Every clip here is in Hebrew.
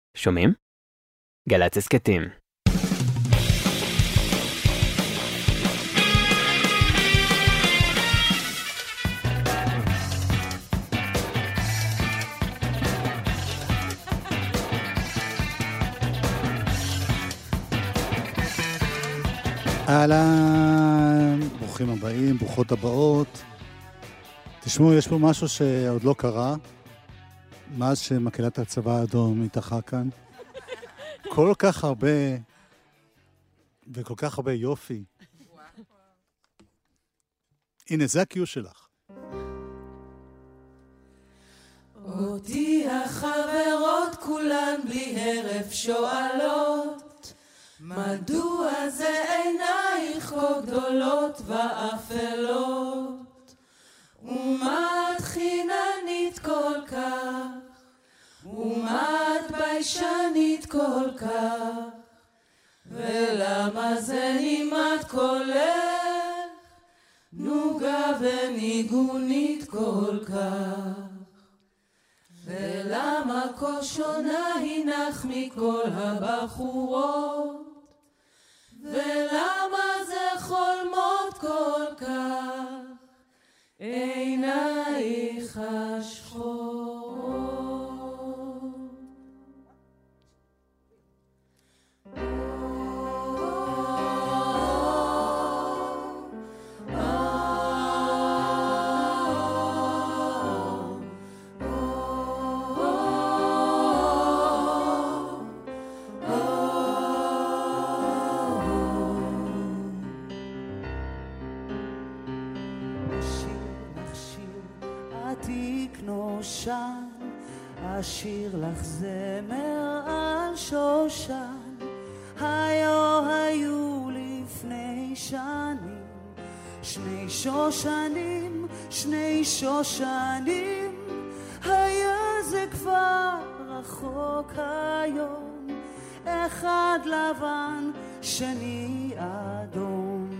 שומעים? גל"צ הסכתים. אהלן, ברוכים הבאים, ברוכות הבאות. תשמעו, יש פה משהו שעוד לא קרה, מאז שמקהלת הצבא האדום התארחה כאן. כל כך הרבה, וכל כך הרבה יופי. הנה, זה הקיו שלך. אותי החברות כולן בלי הרף שואלות, מדוע זה עינייך כה גדולות ואפלות, ומה את חיננית כל כך, ומה את ביישנית כל כך, ולמה זה נימת קולך נוגה וניגונית כל כך, ולמה כה שונה הינך מכל הבחורות, ולמה זה חולמות כל כך עינייך השחורות. אשיר לך זמר על שושן, היו לפני שנים, שני שושנים, היה זה כבר רחוק היום, אחד לבן שני אדום.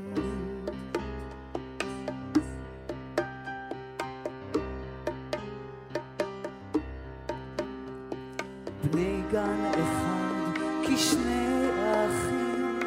בני גן אחד כשני אחים,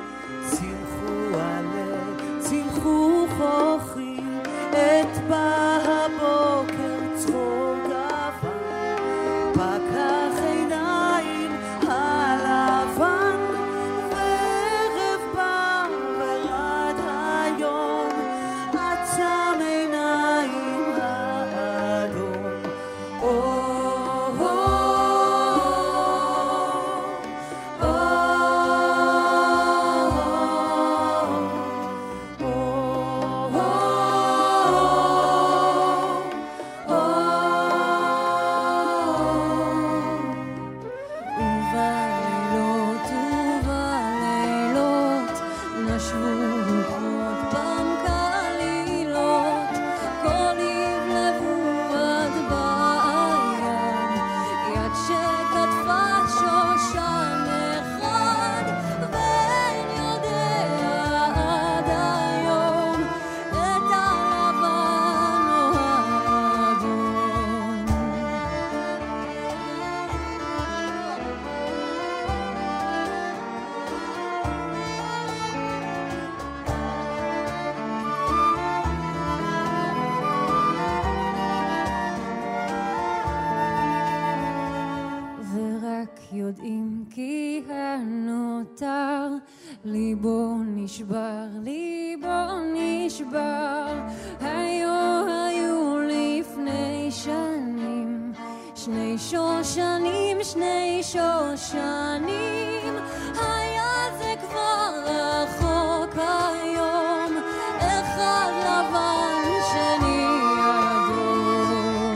צמחו חוכים, את בא הבוקר צחוק גוון, פקח עיניים הלבן, וערב בא ורד היום, עצם עיניים האדום. יודעים כי הנותר ליבו נשבר, היו לפני שנים, שני שושנים, היה זה כבר רחוק היום, אחד לבן שני אדום.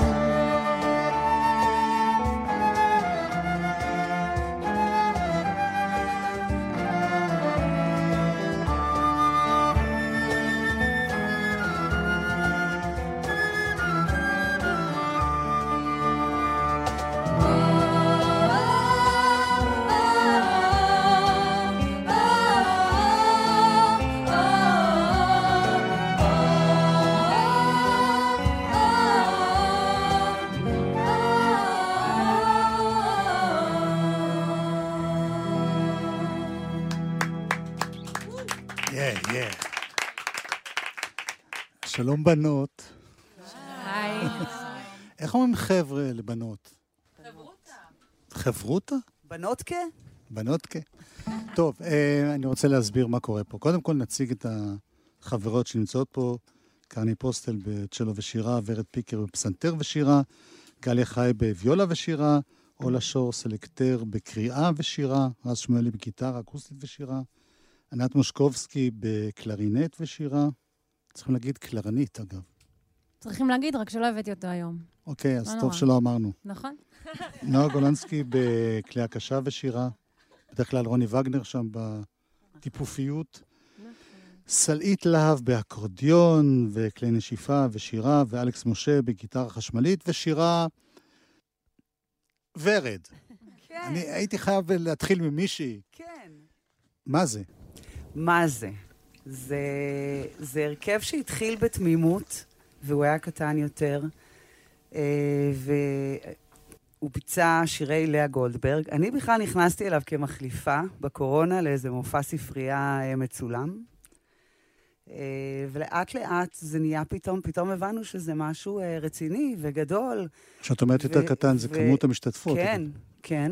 שלום בנות. היי. איך אומרים חבר'ה לבנות? חברותה? בנותקה? בנותקה. טוב, אני רוצה להסביר מה קורה פה. קודם כל נציג את החברות שנמצאות פה, קרני פוסטל בצ'לו ושירה, ורד פיקר בפסנתר ושירה, גליה חי בוויולה ושירה, אולה שור סלקטר בקריאה ושירה, רז שמואלי בגיטרה אקוסטית ושירה, ענת מושקובסקי בקלרינט ושירה, צריכים להגיד קלרנית אגב. צריכים להגיד, רק שלא הבאתי אותו היום. אוקיי, אז לא טוב נורא. שלא אמרנו. נכון? נועה גולנסקי בכלי הקשה ושירה, בדרך כלל רוני וגנר שם בטיפופיות, סלעית להב באקורדיון וכלי נשיפה ושירה, ואלכס משה בגיטרה חשמלית ושירה ורד. כן. אני הייתי חייב להתחיל ממישהי. כן. מה זה? מה זה? זה הרכב שהתחיל בתמימות, והוא היה קטן יותר, והוא ביצע שירי לאה גולדברג. אני בכלל נכנסתי אליו כמחליפה בקורונה לאיזה מופע ספרייה מצולם, ולאט לאט זה נהיה פתאום הבנו שזה משהו רציני וגדול. כשאת אומרת יותר קטן, זה כמות המשתתפות. כן, כן.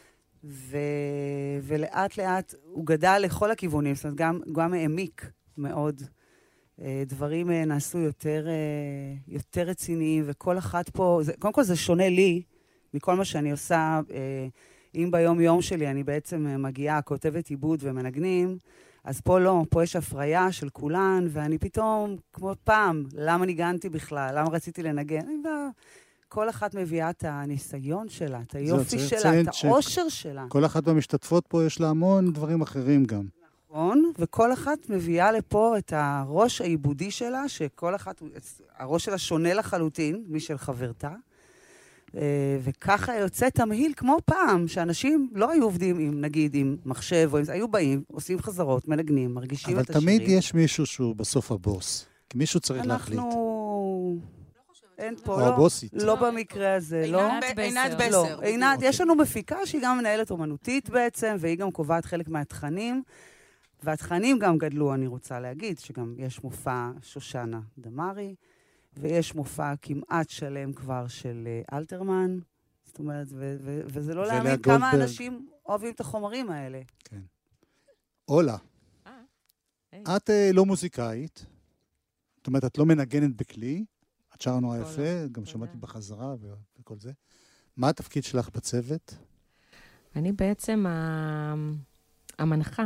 ולאט לאט הוא גדל לכל הכיוונים, זאת אומרת, גם העמיק מאוד. דברים נעשו יותר רציניים, וכל אחת פה, קודם כל זה שונה לי מכל מה שאני עושה. אם ביום יום שלי אני בעצם מגיעה, כותבת עיבוד ומנגנים, אז פה לא, פה יש הפריה של כולן, ואני פתאום, כמו פעם, למה ניגנתי בכלל? למה רציתי לנגן? כל אחת מביאה את הניסיון שלה, את היופי שלה, את האושר שלה. כל אחת מהמשתתפות פה יש לה המון דברים אחרים גם. נכון, וכל אחת מביאה לפה את הראש העיבודי שלה, שכל אחת, הראש שלה שונה לחלוטין משל חברתה, וככה יוצא תמהיל כמו פעם, שאנשים לא היו עובדים עם, נגיד, עם מחשב, או היו באים, עושים חזרות, מנגנים, מרגישים את השירים. אבל תמיד יש מישהו שהוא בסוף הבוס, כי מישהו צריך להחליט. אין פה, או הבוסית. לא במקרה הזה, לא. עינת בסר. עינת, יש לנו מפיקה שהיא גם מנהלת אומנותית בעצם, והיא גם קובעת חלק מהתכנים, והתכנים גם גדלו, אני רוצה להגיד, שגם יש מופע שושנה דמארי, ויש מופע כמעט שלם כבר של אלתרמן, זאת אומרת, וזה לא להאמין כמה אנשים אוהבים את החומרים האלה. כן. אולה, את לא מוזיקאית, זאת אומרת, את לא מנגנת בכלי, את שרה נורא יפה, גם שמעתי בחזרה וכל זה. מה התפקיד שלך בצוות? אני בעצם המנחה.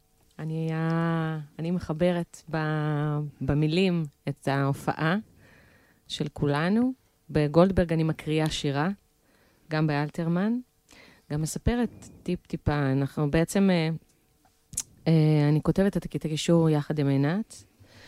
אני מחברת במילים את ההופעה של כולנו. בגולדברג אני מקריאה שירה, גם באלתרמן. גם מספרת טיפה. אנחנו בעצם, אני כותבת את הקטעי קישור יחד עם עינת,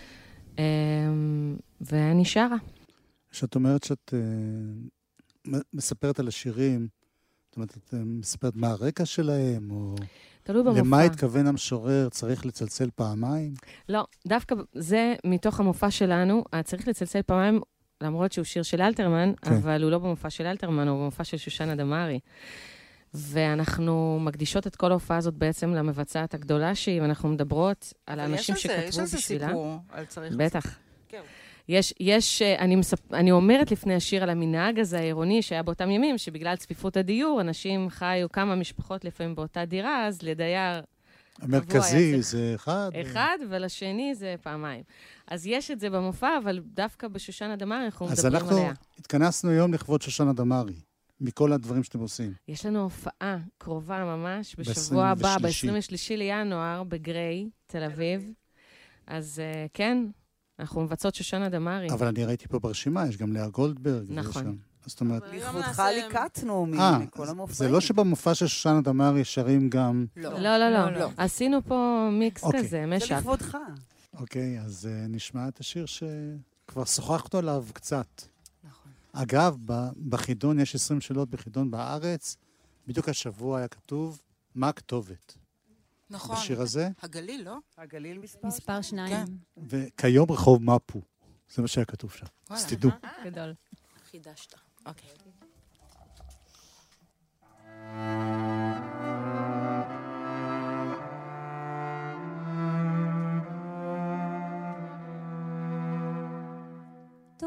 ואני שרה. שאת אומרת שאת מספרת על השירים, זאת אומרת, את מספרת מה הרקע שלהם, או תלוי במופע. למה התכוון המשורר, צריך לצלצל פעמיים? לא, דווקא זה מתוך המופע שלנו, צריך לצלצל פעמיים, למרות שהוא שיר של אלתרמן, כן. אבל הוא לא במופע של אלתרמן, הוא במופע של שושנה דמארי. ואנחנו מקדישות את כל ההופעה הזאת בעצם למבצעת הגדולה שהיא, ואנחנו מדברות על האנשים שכתבו בשבילה. יש איזה סיפור על צריך... בטח. כן. אני אומרת לפני השיר על המנהג הזה העירוני שהיה באותם ימים, שבגלל צפיפות הדיור, אנשים חיו כמה משפחות לפעמים באותה דירה, אז לדייר... המרכזי זה אחד. אחד, ולשני זה פעמיים. אז יש את זה במופע, אבל דווקא בשושנה דמארי אנחנו מדברים עליה. אז אנחנו התכנסנו היום לכבוד שושנה דמארי, מכל הדברים שאתם עושים. יש לנו הופעה קרובה ממש, בשבוע הבא, ב-23 לינואר, בגריי, תל אביב. אז כן, אנחנו מבצעות שושנה דמארי. אבל אני ראיתי פה ברשימה, יש גם לאה גולדברג. נכון. זאת אומרת... לכבודך ליקטנו מכל המופעים. זה לא שבמופע של שושנה דמארי שרים גם... לא. עשינו פה מיקס כזה, משק. זה לכבודך. אוקיי, אז נשמע את השיר שכבר שוחחנו עליו קצת. נכון. אגב, בחידון, יש 20 שאלות בחידון בארץ, בדיוק השבוע היה כתוב מה הכתובת. נכון. בשיר הזה. הגליל, לא? הגליל מספר 2. וכיום רחוב מפו. זה מה שהיה כתוב שם. אז תדעו. גדול. חידשת. אוקיי.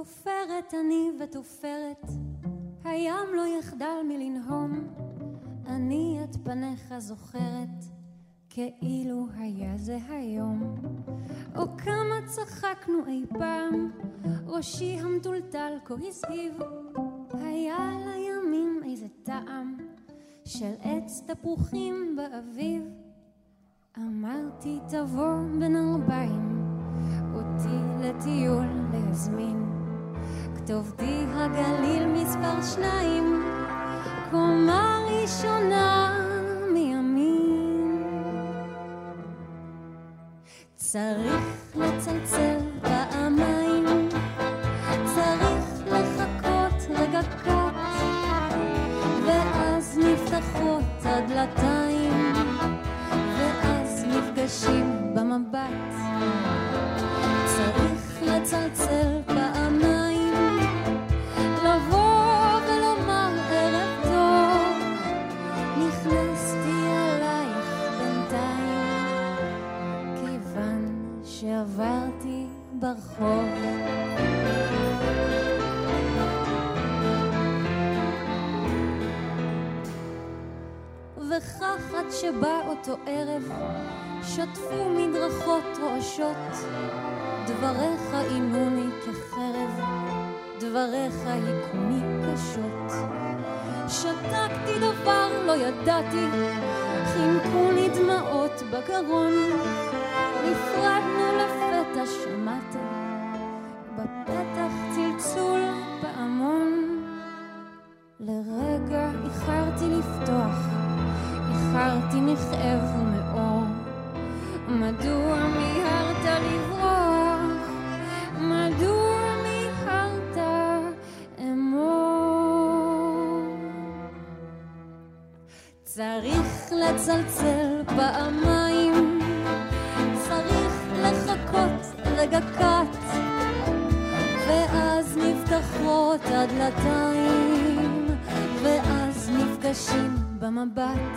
תופרת אני ותופרת, הים לא יחדל מלנהום, אני את פניך זוכרת, כאילו היה זה היום. או כמה צחקנו אי פעם, ראשי המטולטל כה הסהיב, היה לימים איזה טעם של עץ תפוחים באביב. אמרתי תבוא בין 40 אותי לטיול להזמין, כתובתי הגליל מספר 2, קומה ראשונה מימין. צריך לצלצל פעמיים, צריך לחכות רגע קט, ואז נפתחות הדלתיים, ואז נפגשים במבט. צריך לצלצל פעמיים, לבוא ולומר ערב טוב, נכנסתי עלייך בינתיים, כיוון שעברתי ברחוב. וכך עד שבא אותו ערב, שטפו מדרכות רועשות, דבריך עינוני כחרב, דבריך היכוני קשות. שתקתי דבר לא ידעתי, חינקוני דמעות בגרון, נפרדנו לפתע שמעתי, בפתח צלצול פעמון. לרגע איחרתי לפתוח, איחרתי מכאב ומאור, מדוע מיהרת לברוח, מדוע מיהרת אמור. צריך לצלצל פעמיים, צריך לחכות רגע קט, ואז נפתחות הדלתיים, ואז נפגשים במבט.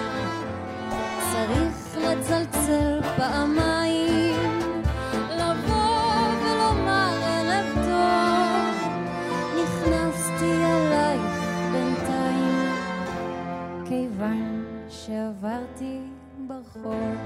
צריך לצלצל פעמיים, לבוא ולומר ערב טוב, נכנסתי עלייך בינתיים, כיוון שעברתי ברחוב.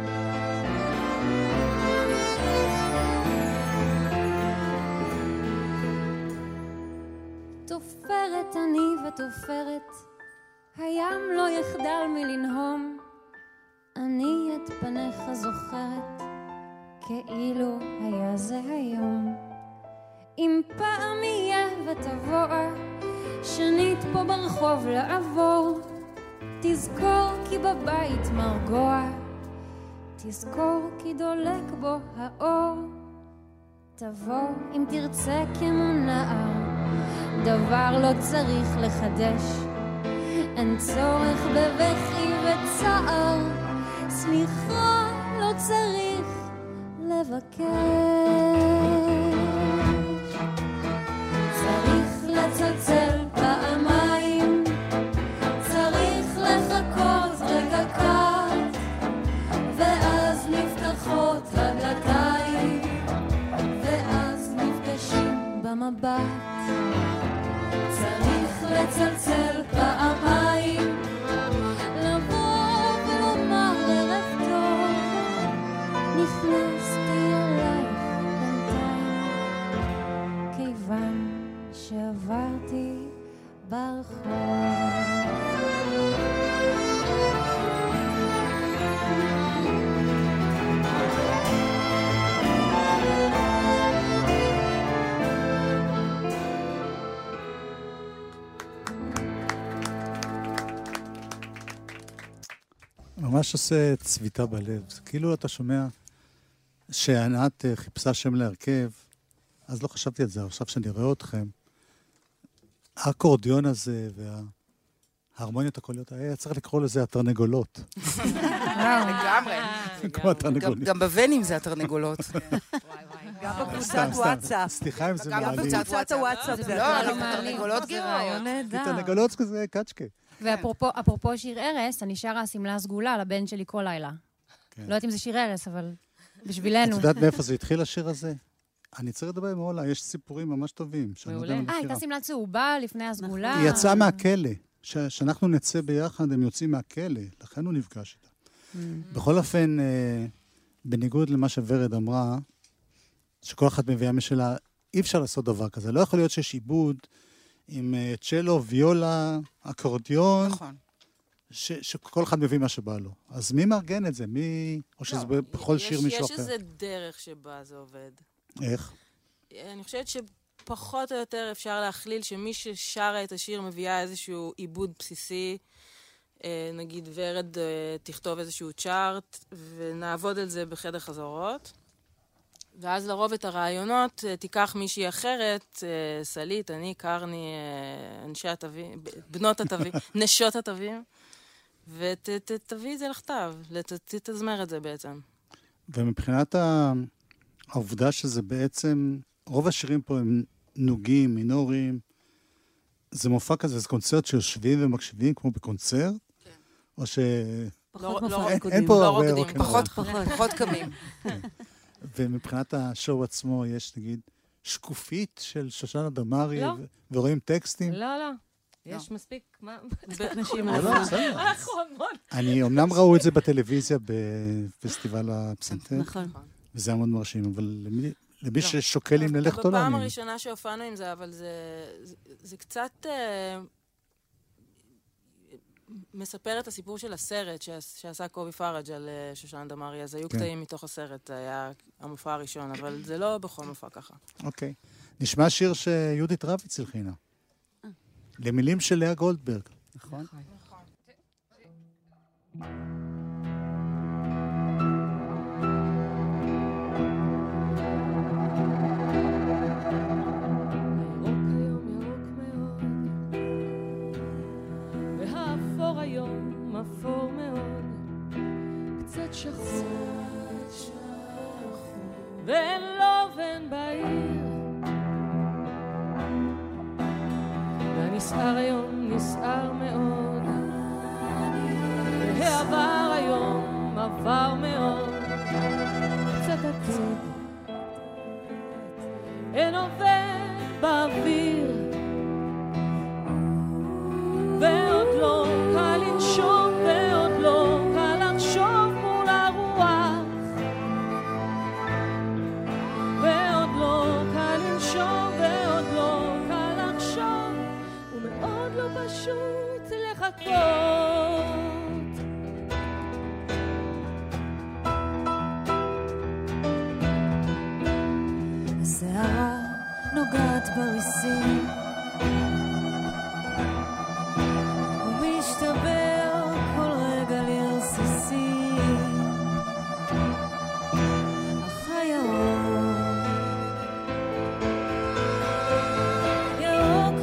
תופרת אני ותופרת, הים לא יחדל מלנהום, אני את פניך זוכרת, כאילו היה זה היום. אם פעם יהיה ותבוא, שנית פה ברחוב לעבור, תזכור כי בבית מרגוע, תזכור כי דולק בו האור. תבוא אם תרצה כמו נער, דבר לא צריך לחדש, אין צורך בבכי וצער, סליחה לא צריך לבקש. צריך לצלצל פעמיים, צריך לחכות רגע קט, ואז נפתחות הדלתיים, ואז נפגשים במבט. צריך לצלצל פעמיים, לבוא ולומר ערב טוב, נכנסתי עלייך בינתיים, כיוון שעברתי ברחוב. ממש עושה צביטה בלב. זה כאילו אתה שומע שענת חיפשה שם להרכב, אז לא חשבתי על זה, עכשיו שאני רואה אתכם. האקורדיון הזה וההרמוניות הקוליות, היה צריך לקרוא לזה התרנגולות. לגמרי. כמו התרנגולים. גם בוונים זה התרנגולות. גם בקבוצת וואטסאפ. סליחה אם זה גם מעלים. בקבוצת הוואטסאפ זה לא, בכלל אבל התרנגולות זה רעיון גאות. נהדר. תרנגולות כזה קצ'קה. ואפרופו שיר ארס, אני שרה השמלה הסגולה לבן שלי כל לילה. לא יודעת אם זה שיר ארס, אבל בשבילנו. את יודעת מאיפה זה התחיל השיר הזה? אני צריך לדבר עם אולה, יש סיפורים ממש טובים. מעולה. הייתה שמלה צהובה לפני הסגולה. היא יצאה מהכלא. שאנחנו נצא ביחד, הם יוצאים מהכלא. לכן הוא נפגש איתה. בכל אופן, בניגוד למה שוורד אמרה, שכל אחת מביאה משלה, אי אפשר לעשות דבר כזה. לא יכול להיות שיש עיבוד עם צ'לו, ויולה, אקורדיון, נכון. שכל אחד מביא מה שבא לו. אז מי מארגן את זה? מי... או שזה בכל שיר מישהו אחר? יש איזה דרך שבה זה עובד. איך? אני חושבת שפחות או יותר אפשר להכליל שמי ששרה את השיר מביאה איזשהו עיבוד בסיסי, נגיד ורד תכתוב איזשהו צ'ארט, ונעבוד על זה בחדר חזרות. ואז לרוב את הרעיונות תיקח מישהי אחרת, סלית, אני, קרני, אנשי התווים, בנות התווים, נשות התווים, ותביא את זה לכתב, תתזמר את זה בעצם. ומבחינת העובדה שזה בעצם, רוב השירים פה הם נוגים, מינוריים, זה מופע כזה, זה קונצרט שיושבים ומקשיבים כמו בקונצרט, או ש... פחות אין פה הרבה רוקדים. פחות קמים. ומבחינת השואו עצמו יש, נגיד, שקופית של שושנה דמארי, ורואים טקסטים. לא. יש מספיק, מה? אני אמנם ראו את זה בטלוויזיה בפסטיבל הפסנתר, וזה היה מאוד מרשים, אבל למי ששוקל אם ללכת או לא. בפעם הראשונה שהופענו עם זה, אבל זה קצת מספר את הסיפור של הסרט שעשה קובי פראג' על שושנה דמארי, אז היו קטעים מתוך הסרט, זה היה המופע הראשון, אבל זה לא בכל מופע ככה. אוקיי. נשמע שיר שיהודית רביץ הלחינה. למילים של לאה גולדברג. נכון. אפור מאוד, קצת שחור, ואין לובן בעיר, והנסער היום נסער מאוד, והעבר היום עבר מאוד, קצת עתיד, אין עובד באוויר, ועוד לא קל לנשום, ועוד לא קל לחשוב מול הרוח, ועוד לא קל לנשום, ועוד לא קל לחשוב, ומאוד לא פשוט לחכות. השערה נוגעת בריסים, ומשתבר כל רגע לרסיסים, אך הירוק ירוק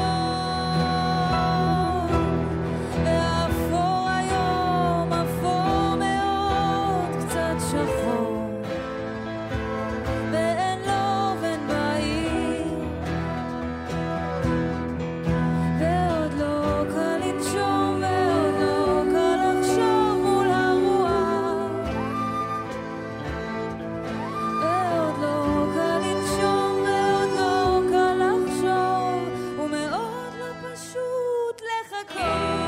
מאוד, ואפור היום אפור מאוד, קצת שחור, ואין לובן בעיר, ועוד לא קל לנשום, ועוד לא קל לחשוב מול הרוח, ועוד לא קל לנשום, ועוד לא קל לחשוב, ומאוד לא פשוט לחכות.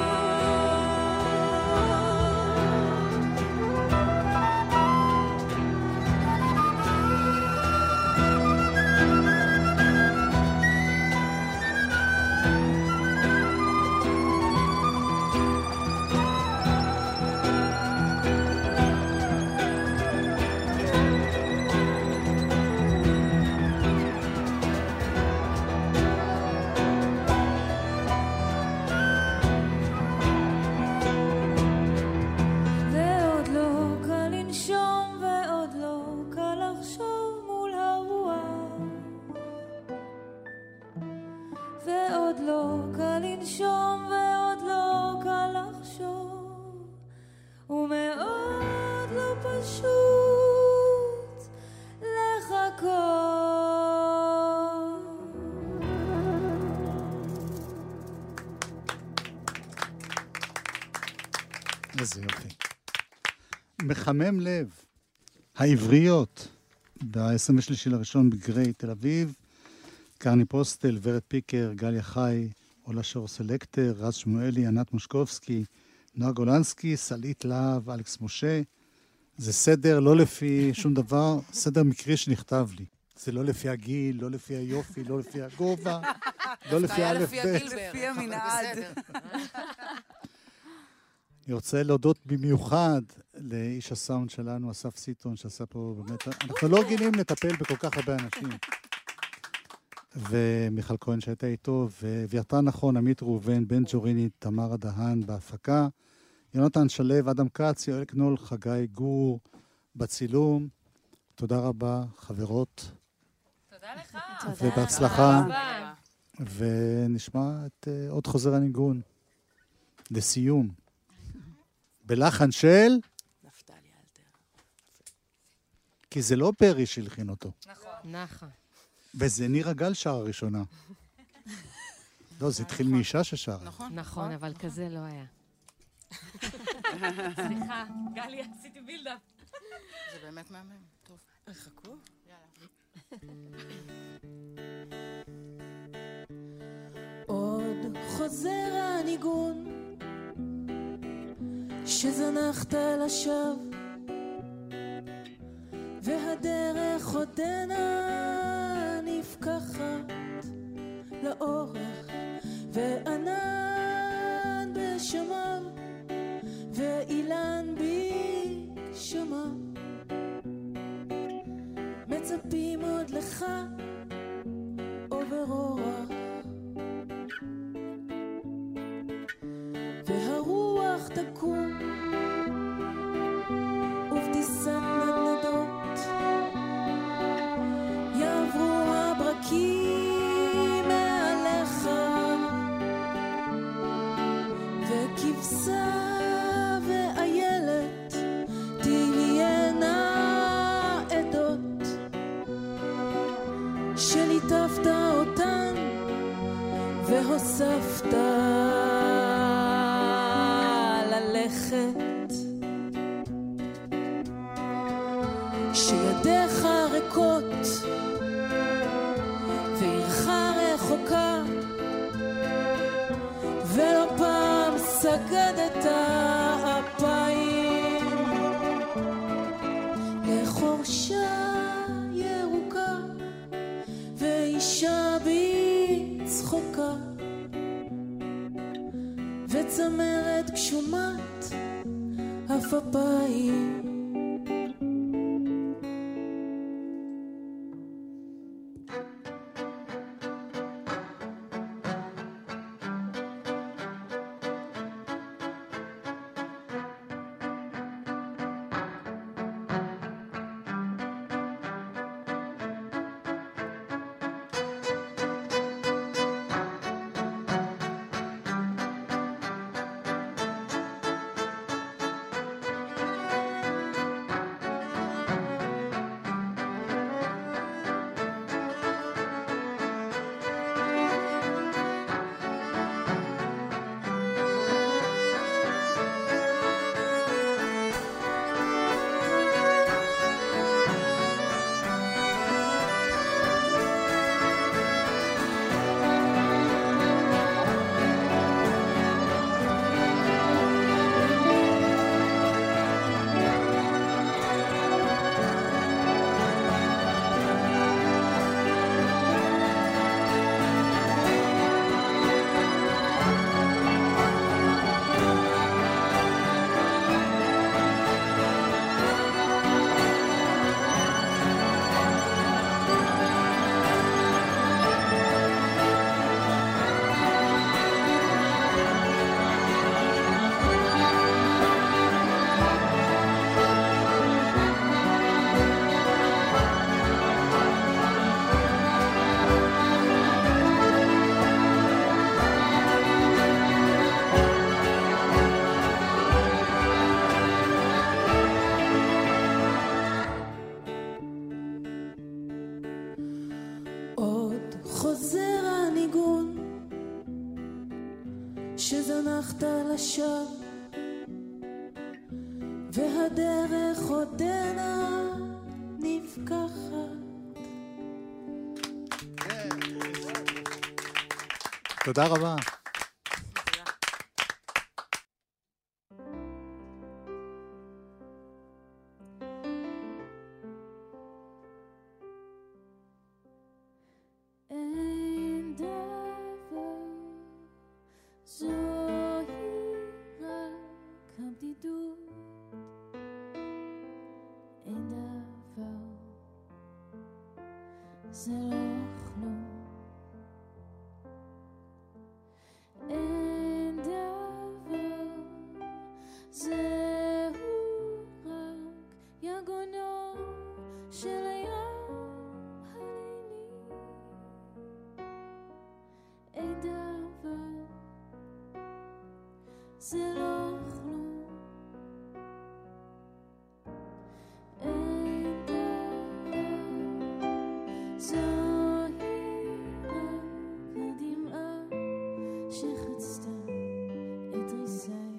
ועוד לא קל לנשום, ועוד לא קל לחשוב מול הרוח, ועוד לא קל לנשום, ועוד לא קל לחשוב, ומאוד לא פשוט לחכות. איזה יופי. מחמם לב. העבריות. ב-23 בגריי תל אביב, קרני פוסטל, ורד פיקר, גליה חי, אולה שור סלקטר, רז שמואלי, ענת מושקובסקי, נועה גולנסקי, סלית להב, אלכס משה. זה סדר לא לפי שום דבר, סדר מקרי שנכתב לי. זה לא לפי הגיל, לא לפי היופי, לא לפי הגובה, לא לפי א' ב'. לפי המנעד. אני רוצה להודות במיוחד לאיש הסאונד שלנו, אסף סיטון, שעשה פה באמת... אנחנו לא רגילים לטפל בכל כך הרבה אנשים. ומיכל כהן שהייתה איתו, ווירתן נכון, עמית ראובן, בן ג'וריני, תמרה דהן בהפקה, יונתן שלב, אדם כץ, יואל קנול, חגי גור, בצילום. תודה רבה, חברות. תודה לך. ובהצלחה. ונשמע את עוד חוזר הניגון. לסיום. בלחן של... נפתלי אלתר. כי זה לא פרי שהלחין אותו. נכון. וזה נירה גל שר הראשונה. לא, זה התחיל מאישה ששרה. נכון, אבל כזה לא היה. סליחה, גלי, עשיתי בילדאפ. זה באמת מהמם. טוב. חכו. עוד חוזר הניגון שזנחת לשווא והדרך עודנה נפקחת לאורך וענן בשמיו ואילן בשמיו מצפים עוד לך עובר אורח והרוח תקום ובטיסת נדנדות יעברו הברקים מעליך וכבשה ואיילת תהיינה עדות שליטפת אותן והוספת ללכת שידיך ריקות ועירך רחוקה ולא פעם סגדת אפיים לחורשה ירוקה ואישה בצחוקה וצמרת גשומת אפיים שזנחת לשווא והדרך עודנה נפקחת נפקחת. תודה רבה. אין דבר, זוהי רק הבדידות. אין דבר, זה לא כלום. אין דבר, זהו רק יגונו של הים הלילי. אין דבר, זה לא כלום. אין דבר, זוהי רק הדמעה שחצתה את ריסי.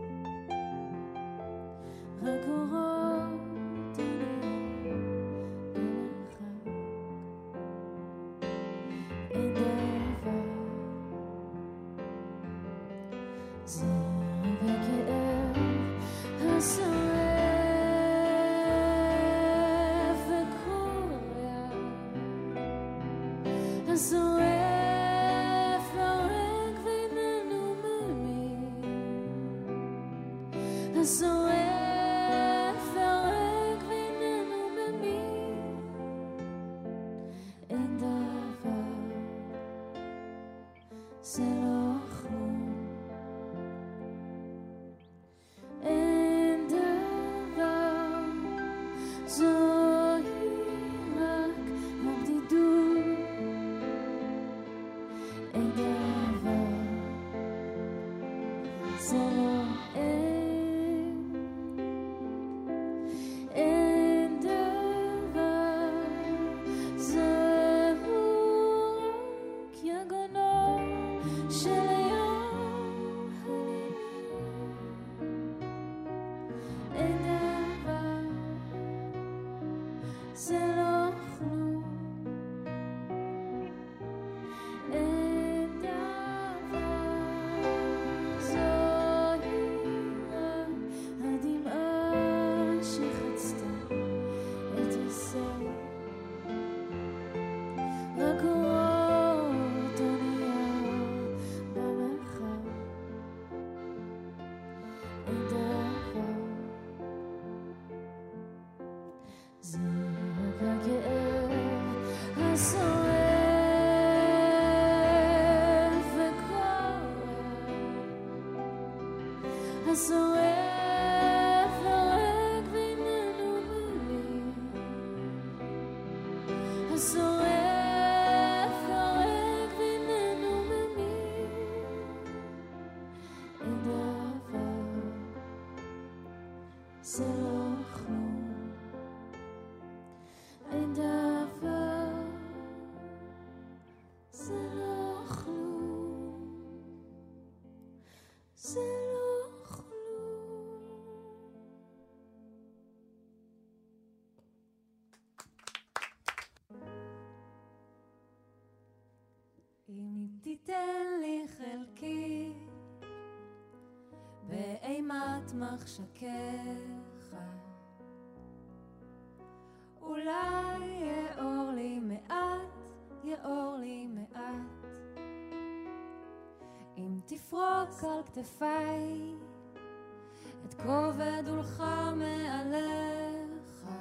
רק אורות עיניה במרחק. אין דבר, זה רק הכאב השורף וקורע, השורף הורג ואיננו מאמין, השורף הורג ואיננו מאמין. אין דבר, זה לא כלום. אין דבר, זוהי רק הבדידות. אין דבר, זה לא אין. אין דבר, זהו רק יגונו של הים הלילי. אין דבר, זה לא כלום. אין דבר, זוהי רק הדמעה שחצתה את ריסי. רק אורות אונייה במרחב. אין דבר, זה רק הכאב השורף וקורע, השורף הורג ואיננו מאמין, השורף הורג ואיננו מאמין. אין דבר, זה לא כלום. אין דבר, זה לא כלום. זה לא כלום. אם תיתן לי חלקי באימת מחשכך, אולי יאור לי מעט, יאור לי מעט. אם תפרוק על כתפיי את כובד עולך מעליך,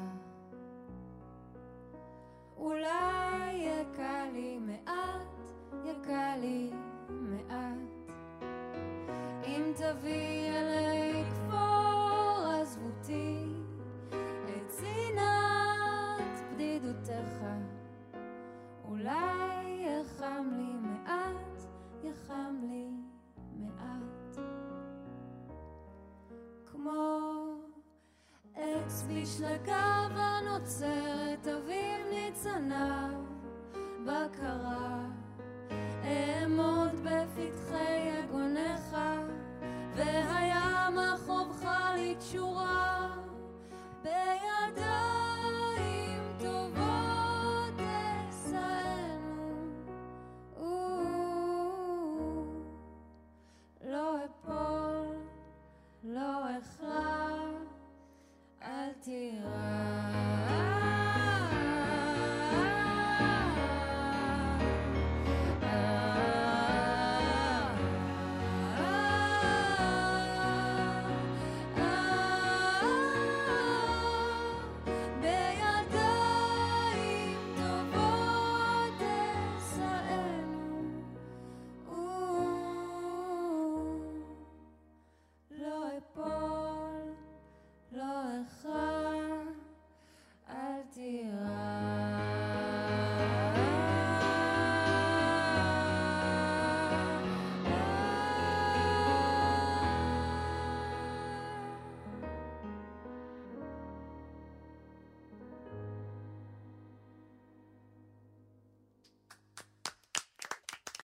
אולי יקל לי מעט, יקל לי מעט. אם תביא אלי כפור עזבותי את צנעת בדידותך, אולי יחם לי מעט, יחם לי מעט. כמו עץ בשלגיו הנוצרת אביב ניצניו בקרה, אעמוד בפתחי יגונך והים החופשי